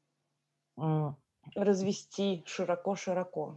развести широко-широко?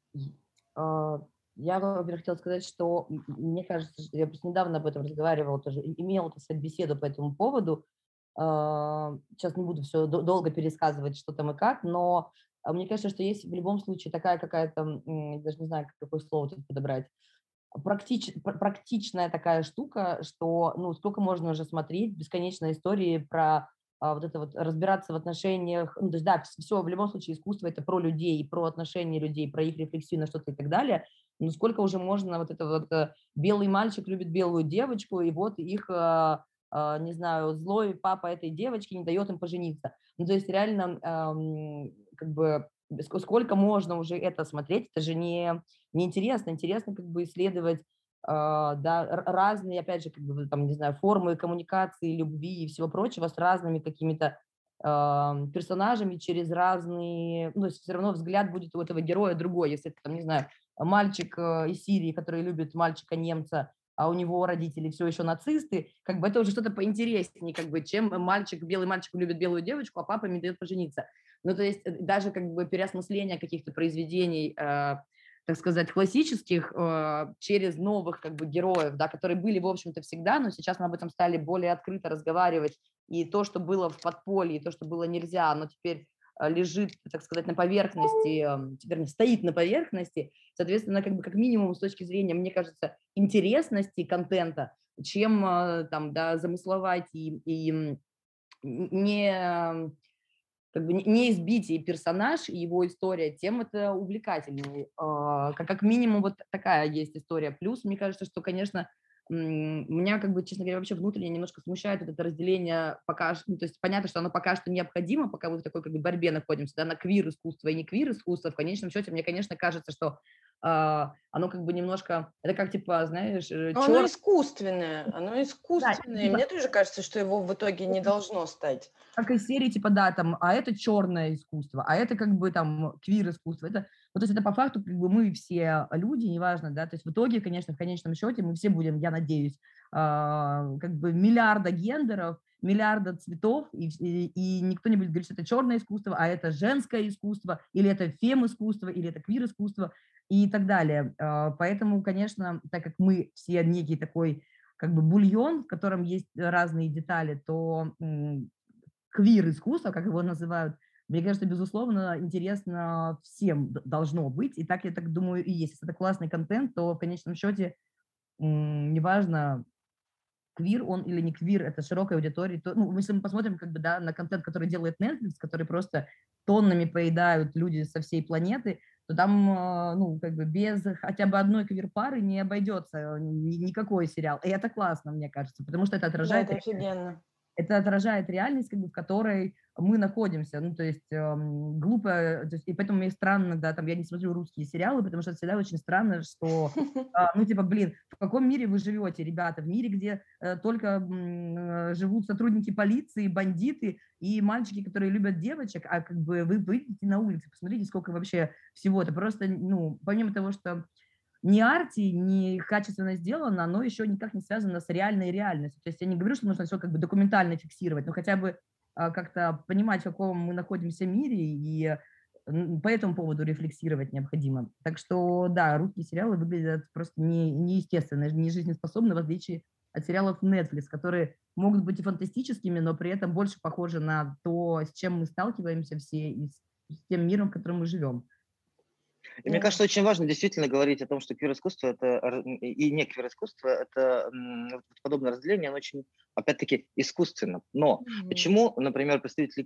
Я, во-первых, хотела сказать, что мне кажется, что я просто недавно об этом разговаривала, тоже имела беседу по этому поводу. Сейчас не буду все долго пересказывать, что там и как, но мне кажется, что есть в любом случае такая какая-то, даже не знаю, какое слово тут подобрать, практичная такая штука, что, сколько можно уже смотреть бесконечные истории про вот это вот разбираться в отношениях, то есть, да, все, в любом случае искусство это про людей, про отношения людей, про их рефлексию на что-то и так далее, сколько уже можно вот это вот белый мальчик любит белую девочку, и вот их, не знаю, злой папа этой девочки не дает им пожениться. То есть реально как бы сколько можно уже это смотреть, это же не интересно. Интересно как бы исследовать да, разные, опять же, как бы, там, не знаю, формы коммуникации, любви и всего прочего с разными какими-то персонажами через разные, то есть все равно взгляд будет у этого героя другой. Если это, там, не знаю, мальчик из Сирии, который любит мальчика-немца, а у него родители все еще нацисты, как бы это уже что-то поинтереснее, как бы, чем белый мальчик любит белую девочку, а папа не дает пожениться. Ну, то есть даже как бы переосмысление каких-то произведений, так сказать, классических через новых как бы героев, да, которые были, в общем-то, всегда, но сейчас мы об этом стали более открыто разговаривать, и то, что было в подполье, и то, что было нельзя, оно теперь лежит, так сказать, на поверхности, вернее, стоит на поверхности, соответственно, как бы как минимум с точки зрения, мне кажется, интересности контента, чем там, да, замысловать и не как бы не избить и персонаж, и его история, тем это увлекательнее. Как минимум вот такая есть история. Плюс, мне кажется, что, конечно, меня, как бы, честно говоря, вообще внутренне немножко смущает вот это разделение пока, ну, то есть понятно, что оно пока что необходимо, пока мы в такой как бы борьбе находимся, да, на квир-искусство и не квир-искусство. В конечном счете, мне, конечно, кажется, что оно как бы немножко, это как, типа, знаешь, Но оно искусственное, Да, и типа, мне тоже кажется, что его в итоге не должно стать. как из серии, типа, да, там, а это черное искусство, а это как бы там квир-искусство. Это, вот, то есть это по факту как бы мы все люди, неважно, да, то есть в итоге, конечно, в конечном счете мы все будем, я надеюсь, как бы миллиарда гендеров, миллиарда цветов, и никто не будет говорить, что это черное искусство, а это женское искусство, или это фем-искусство, или это квир-искусство и так далее. Поэтому, конечно, так как мы все некий такой как бы бульон, в котором есть разные детали, то квир-искусство, как его называют, мне кажется, безусловно, интересно всем должно быть. И так, я так думаю, и есть. Если это классный контент, то в конечном счете, неважно, квир он или не квир, это широкая аудитория. То, ну, если мы посмотрим как бы, да, на контент, который делает Netflix, который просто тоннами поедают люди со всей планеты, то там, ну, как бы без хотя бы одной квир-пары не обойдется никакой сериал. И это классно, мне кажется, потому что это Да, отражает это офигенно. это отражает реальность, как бы, в которой мы находимся. Ну, то есть глупо, то есть, и поэтому мне странно, да, там я не смотрю русские сериалы, потому что всегда очень странно, что, ну, типа, блин, в каком мире вы живете, ребята? В мире, где только живут сотрудники полиции, бандиты и мальчики, которые любят девочек, а как бы вы выйдете на улицу, посмотрите, сколько вообще всего. Это просто, ну, помимо того, что не арти, не качественно сделано, оно еще никак не связано с реальной реальностью. То есть я не говорю, что нужно все как бы документально фиксировать, но хотя бы как-то понимать, в каком мы находимся мире, и по этому поводу рефлексировать необходимо. Так что, да, русские сериалы выглядят просто неестественно, не жизнеспособны, в отличие от сериалов Netflix, которые могут быть и фантастическими, но при этом больше похожи на то, с чем мы сталкиваемся все, и с тем миром, в котором мы живем. И мне кажется, очень важно действительно говорить о том, что квир-искусство это, и не квир-искусство, это подобное разделение, оно очень, опять-таки, искусственно. Но почему, например, представители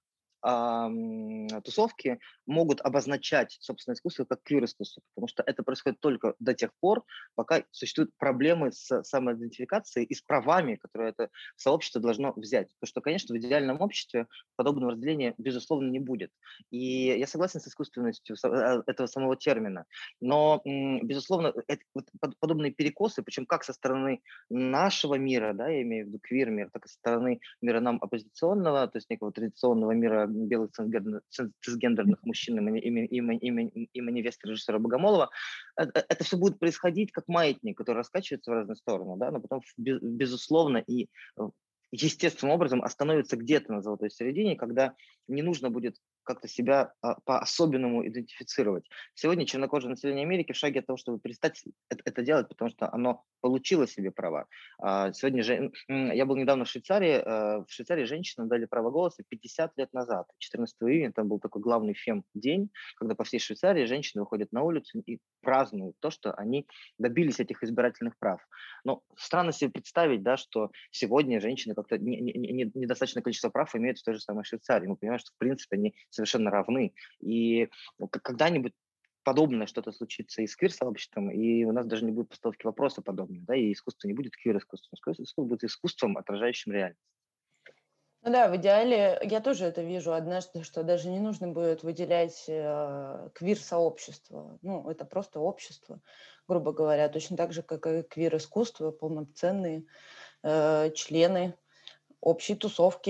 квир-тусовки могут обозначать собственное искусство как квир-искусство? Потому что это происходит только до тех пор, пока существуют проблемы с самоидентификацией и с правами, которые это сообщество должно взять. Потому что, конечно, в идеальном обществе подобного разделения, безусловно, не будет. И я согласен с искусственностью этого самого термина. Но, безусловно, подобные перекосы, причем как со стороны нашего мира, да, я имею в виду квир-мир, так и со стороны мира нам оппозиционного, то есть некого традиционного мира белых цисгендерных мужчин и манифеста режиссера Богомолова, это все будет происходить как маятник, который раскачивается в разные стороны, да, но потом, безусловно, и естественным образом остановится где-то на золотой середине, когда не нужно будет как-то себя по-особенному идентифицировать. Сегодня чернокожее население Америки в шаге от того, чтобы перестать это делать, потому что оно получило себе права. Сегодня же, я был недавно в Швейцарии женщинам дали право голоса 50 лет назад. 14 июня там был такой главный фем-день, когда по всей Швейцарии женщины выходят на улицу и празднуют то, что они добились этих избирательных прав. Но странно себе представить, да, что сегодня женщины как-то недостаточное количество прав имеют в той же самой Швейцарии. Мы понимаем, что в принципе они совершенно равны. И когда-нибудь подобное что-то случится и с квир-сообществом, и у нас даже не будет постановки вопроса подобного, да, и искусство не будет квир-искусством, искусство будет искусством, отражающим реальность. Ну да, в идеале я тоже это вижу однажды, что даже не нужно будет выделять квир-сообщество. Ну, это просто общество, грубо говоря, точно так же, как и квир-искусство, полноценные члены общей тусовки,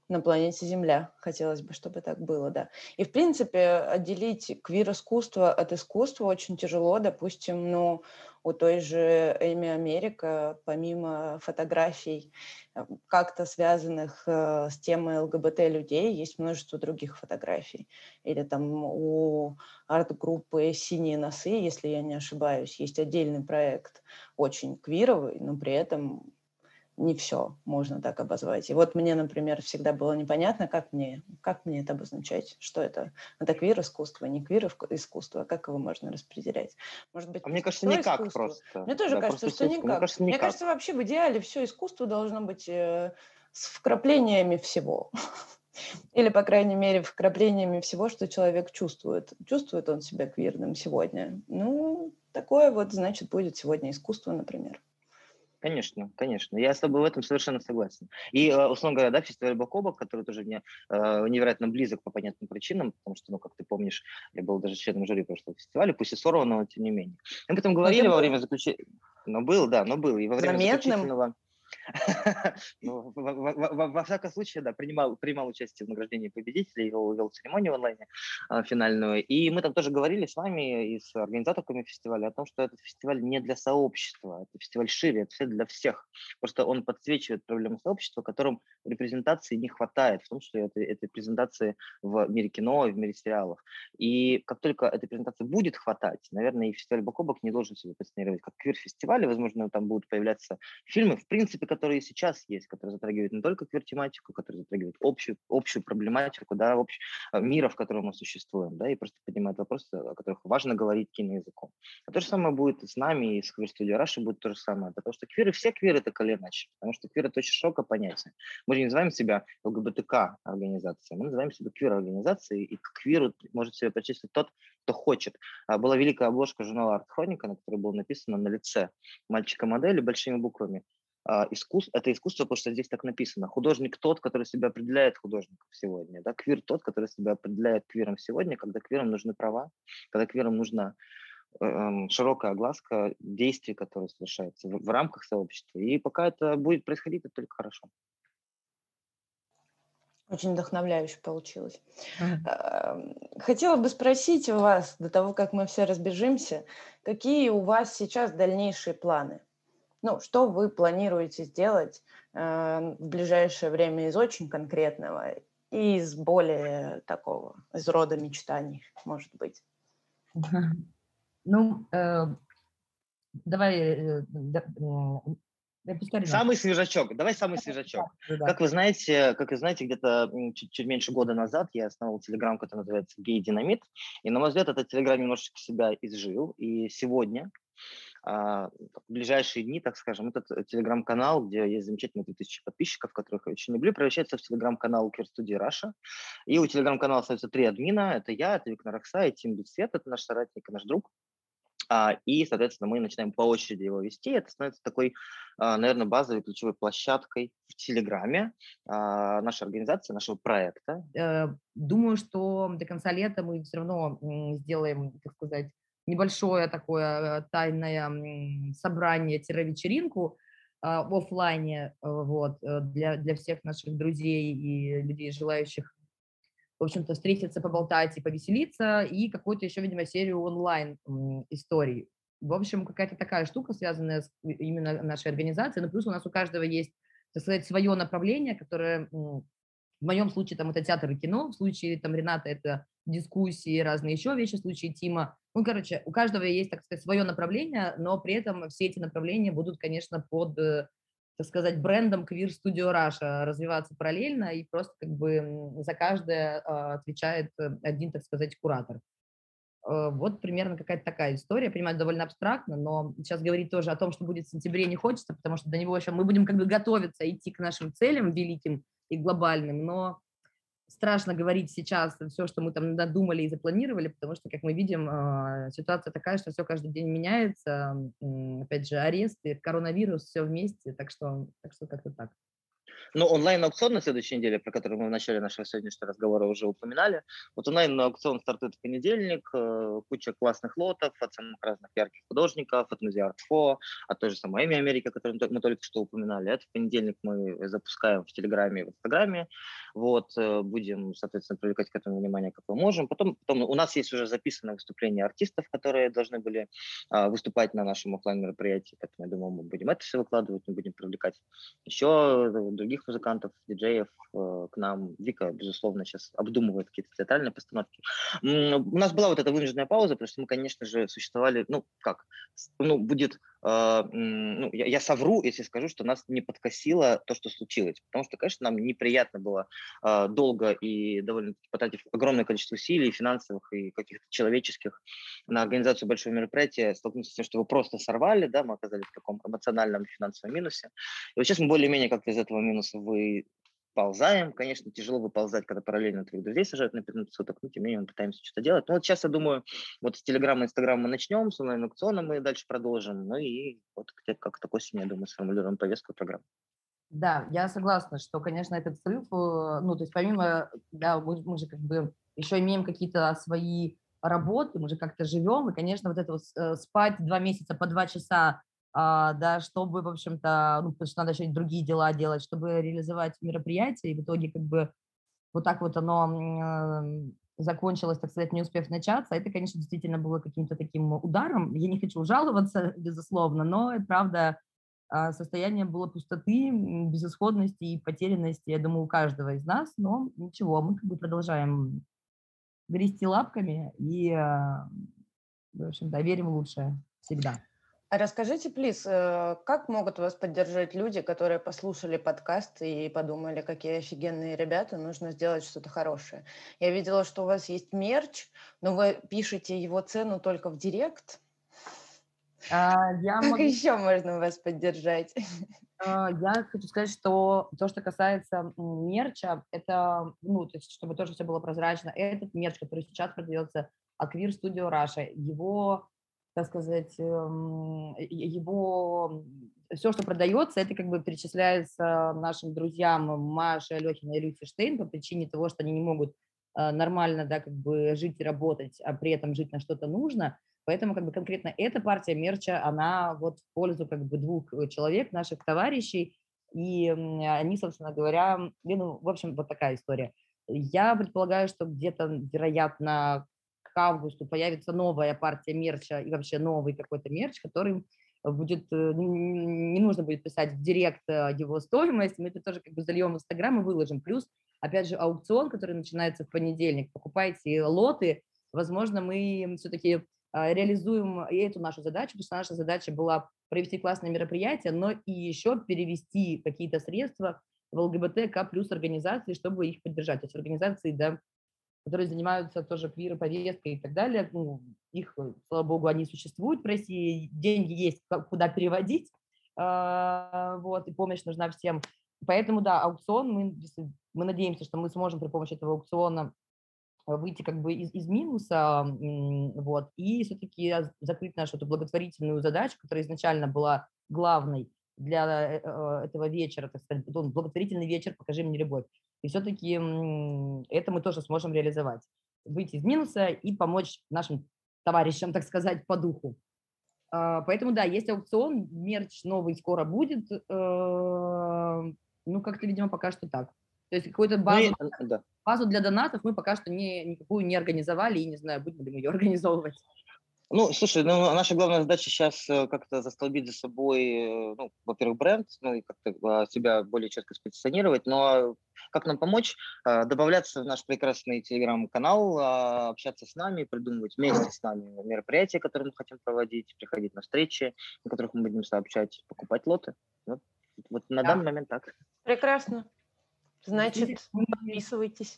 на планете Земля. Хотелось бы, чтобы так было, да. И, в принципе, отделить квир-искусство от искусства очень тяжело. Допустим, ну, у той же Эми Америка, помимо фотографий, как-то связанных с темой ЛГБТ-людей, есть множество других фотографий. Или там у арт-группы «Синие носы», если я не ошибаюсь, есть отдельный проект, очень квировый, но при этом не все можно так обозвать. И вот мне, например, всегда было непонятно, как мне это обозначать, что это. Это квир-искусство, не квир-искусство, как его можно распределять? Может быть, А мне кажется, все никак искусство? просто. Мне тоже Да, кажется, просто что все искусство. Мне никак. кажется, Мне никак. кажется, вообще в идеале все искусство должно быть с вкраплениями всего. Или, по крайней мере, вкраплениями всего, что человек чувствует. Чувствует он себя квирным сегодня? Ну, такое вот, значит, будет сегодня искусство, например. Конечно, конечно. Я с тобой в этом совершенно согласен. И, условно говоря, да, фестиваль Бакобок, который тоже мне невероятно близок по понятным причинам, потому что, ну, как ты помнишь, я был даже членом жюри прошлого фестиваля, пусть и сорванного, но тем не менее. Мы об этом говорили во время заключения. Но был, да, но был. И во время заключительного... Ну, во всяком случае, да, принимал участие в награждении победителей, вел церемонию онлайне финальную. И мы там тоже говорили с вами и с организаторами фестиваля о том, что этот фестиваль не для сообщества, это фестиваль шире, это все для всех. Просто он подсвечивает проблемы сообщества, которым репрезентации не хватает, в том числе этой презентации в мире кино и в мире сериалов. И как только этой презентации будет хватать, наверное, и фестиваль Бакобок не должен себя позиционировать как квир-фестиваль, и, возможно, там будут появляться фильмы, в принципе, которые сейчас есть, которые затрагивают не только квир-тематику, которые затрагивают общую проблематику, да, мира, в котором мы существуем, да, и просто поднимают вопросы, о которых важно говорить киноязыком. А то же самое будет и с нами, и с квир-студией Раша будет то же самое, потому что квиры, все квиры это коленочки, потому что квир это очень широкое понятие. Мы же не называем себя ЛГБТК организацией, мы называем себя квир-организацией, и к квиру может себя причислить тот, кто хочет. Была великая обложка журнала «Арт-хроника», на которой было написано на лице мальчика-модели большими буквами. Это искусство, потому что здесь так написано. Художник тот, который себя определяет художником сегодня. Да? Квир тот, который себя определяет квиром сегодня, когда квирам нужны права, когда квирам нужна широкая огласка действий, которые совершаются в рамках сообщества. И пока это будет происходить, это только хорошо. Очень вдохновляюще получилось. Хотела бы спросить у вас, до того, как мы все разбежимся, какие у вас сейчас дальнейшие планы? Ну, что вы планируете сделать в ближайшее время из очень конкретного и из более такого, из рода мечтаний, может быть? Ну, давай... Самый свежачок. Давай самый свежачок. Да. Как вы знаете, где-то чуть меньше года назад я основал телеграм, который называется «Гей Динамит». И, на мой взгляд, этот телеграм немножечко себя изжил. И сегодня, в ближайшие дни, так скажем, этот телеграм-канал, где есть замечательные 3000 подписчиков, которых я очень люблю, превращается в телеграм-канал квир-студии Раша. И у телеграм-канала остается 3 админа. Это я, это Викна Рокса и Тим Бесцвет, это наш соратник и наш друг. И, соответственно, мы начинаем по очереди его вести. Это становится такой, наверное, базовой ключевой площадкой в Телеграме нашей организации, нашего проекта. Думаю, что до конца лета мы все равно сделаем, так сказать, небольшое такое тайное собрание-вечеринку в офлайне вот, для всех наших друзей и людей, желающих, в общем-то, встретиться, поболтать и повеселиться, и какую-то еще, видимо, серию онлайн-историй. В общем, какая-то такая штука, связанная с именно нашей организацией, но плюс у нас у каждого есть, так сказать, свое направление, которое, в моем случае, там, это театр и кино, в случае, там, Рената, это дискуссии, разные еще вещи, в случае Тима. Ну, короче, у каждого есть, так сказать, свое направление, но при этом все эти направления будут, конечно, под, так сказать, брендом Queer Studio Russia развиваться параллельно, и просто как бы за каждое отвечает один, так сказать, куратор. Вот примерно какая-то такая история. Я понимаю, довольно абстрактно, но сейчас говорить тоже о том, что будет в сентябре, не хочется, потому что до него еще мы будем как бы готовиться идти к нашим целям великим и глобальным, но страшно говорить сейчас все, что мы там надумали и запланировали, потому что, как мы видим, ситуация такая, что все каждый день меняется. Опять же, аресты, коронавирус, все вместе, так что как-то так. Ну, онлайн-аукцион на следующей неделе, про который мы в начале нашего сегодняшнего разговора уже упоминали. Вот онлайн-аукцион стартует в понедельник, куча классных лотов от самых разных ярких художников, от музея Артфо, от той же самой Эми Америки, которую мы только что упоминали. Это в понедельник мы запускаем в Телеграме и в Инстаграме. Вот, будем, соответственно, привлекать к этому внимание, как мы можем. Потом у нас есть уже записанное выступление артистов, которые должны были выступать на нашем офлайн-мероприятии, поэтому, я думаю, мы будем это все выкладывать, мы будем привлекать еще других музыкантов, диджеев к нам. Вика, безусловно, сейчас обдумывает какие-то театральные постановки. У нас была вот эта вынужденная пауза, потому что мы, конечно же, существовали, будет, я совру, если скажу, что нас не подкосило то, что случилось, потому что, конечно, нам неприятно было долго и довольно потратив огромное количество усилий, финансовых и каких-то человеческих на организацию большого мероприятия, столкнуться с тем, что его просто сорвали, да, мы оказались в таком эмоциональном и финансовом минусе. И вот сейчас мы более-менее как-то из этого минуса выползаем. Конечно, тяжело выползать, когда параллельно твоих друзей сажают на 15 суток, но тем не менее мы пытаемся что-то делать. Но вот сейчас, я думаю, вот с Телеграма и Инстаграма мы начнем, с онлайн-аукциона мы дальше продолжим. Ну и вот как-то к осени, я думаю, сформулируем повестку программы. Да, я согласна, что, конечно, этот срыв, то есть помимо, да, мы же как бы еще имеем какие-то свои работы, мы же как-то живем, и, конечно, вот это вот спать 2 месяца по 2 часа, да, чтобы, в общем-то, потому что надо еще и другие дела делать, чтобы реализовать мероприятие, и в итоге как бы вот так вот оно закончилось, так сказать, не успев начаться. Это, конечно, действительно было каким-то таким ударом. Я не хочу жаловаться, безусловно, но, правда, состояние было пустоты, безысходности и потерянности, я думаю, у каждого из нас, но ничего, мы как бы продолжаем грести лапками и, в общем-то, верим в лучшее всегда. А расскажите, плиз, как могут вас поддержать люди, которые послушали подкаст и подумали, какие офигенные ребята, нужно сделать что-то хорошее? Я видела, что у вас есть мерч, но вы пишете его цену только в директ. Как еще можно вас поддержать? Я хочу сказать, что то, что касается мерча, это, то есть, чтобы тоже все было прозрачно, этот мерч, который сейчас продается от Queer Studio Russia, его, так сказать, его все, что продается, это как бы перечисляется нашим друзьям Маше Алехиной и Люсе Штейн по причине того, что они не могут нормально, да, как бы жить и работать, а при этом жить на что-то нужно. Поэтому как бы конкретно эта партия мерча, она вот в пользу как бы 2 человек, наших товарищей, и они, собственно говоря, в общем, вот такая история. Я предполагаю, что где-то, вероятно, к августу появится новая партия мерча и вообще новый какой-то мерч, который будет, не нужно будет писать в директ его стоимость, мы это тоже как бы зальем в Инстаграм и выложим. Плюс, опять же, аукцион, который начинается в понедельник, покупайте лоты, возможно, мы все-таки реализуем и эту нашу задачу, потому что наша задача была провести классное мероприятие, но и еще перевести какие-то средства в ЛГБТК плюс организации, чтобы их поддержать. То есть организации, да, которые занимаются тоже квир-повесткой и так далее, их, слава богу, они существуют в России, деньги есть, куда переводить, вот, и помощь нужна всем. Поэтому, да, аукцион, мы надеемся, что мы сможем при помощи этого аукциона выйти как бы из минуса, вот, и все-таки закрыть нашу эту благотворительную задачу, которая изначально была главной для этого вечера, так сказать, благотворительный вечер «Покажи мне любовь». И все-таки это мы тоже сможем реализовать. Выйти из минуса и помочь нашим товарищам, так сказать, по духу. Поэтому, да, есть аукцион, мерч новый скоро будет. Как-то, видимо, пока что так. То есть какую-то базу для донатов мы пока что никакую не организовали, и не знаю, будем ли мы ее организовывать. Слушай, наша главная задача сейчас как-то застолбить за собой, во-первых, бренд, и как-то себя более четко спозиционировать, но как нам помочь? Добавляться в наш прекрасный телеграм-канал, общаться с нами, придумывать вместе с нами мероприятия, которые мы хотим проводить, приходить на встречи, на которых мы будем сообщать, покупать лоты. Вот на данный момент так. Прекрасно. Значит, подписывайтесь.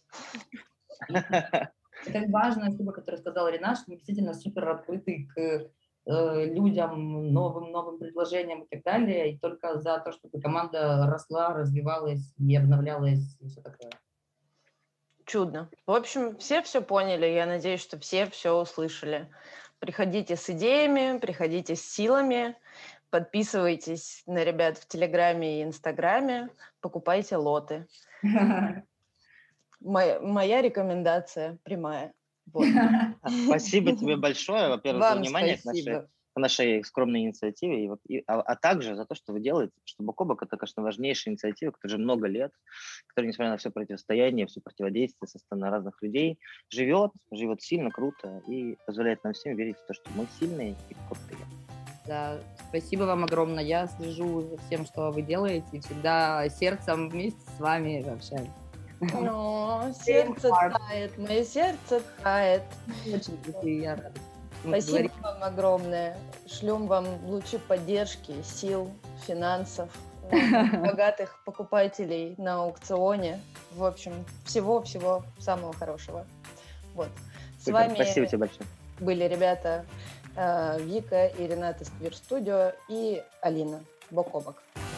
Это важная штука, которую сказал Ренат, что мы действительно супер открыты к людям, новым предложениям и так далее, и только за то, чтобы команда росла, развивалась и обновлялась, и все такое. Чудно. В общем, все поняли, я надеюсь, что все услышали. Приходите с идеями, приходите с силами. Подписывайтесь на ребят в Телеграме и Инстаграме, покупайте лоты. Моя рекомендация прямая. Вот. Спасибо тебе большое, во-первых, за Вам внимание спасибо. к нашей скромной инициативе, а также за то, что вы делаете, что бок о бок — это, конечно, важнейшая инициатива, которая уже много лет, которая, несмотря на все противостояние, все противодействие со стороны разных людей, живет сильно, круто и позволяет нам всем верить в то, что мы сильные и крутые. Да, спасибо вам огромное. Я слежу за всем, что вы делаете, и всегда сердцем вместе с вами общаюсь. Сердце тает, мое сердце тает. Очень крутые, я рада. Спасибо вам огромное. Шлем вам лучи поддержки, сил, финансов, богатых покупателей на аукционе. В общем, всего-всего самого хорошего. Вот. С вами Спасибо тебе большое. Были ребята Вика и Рената из Queer Studio и Алина бок о бок.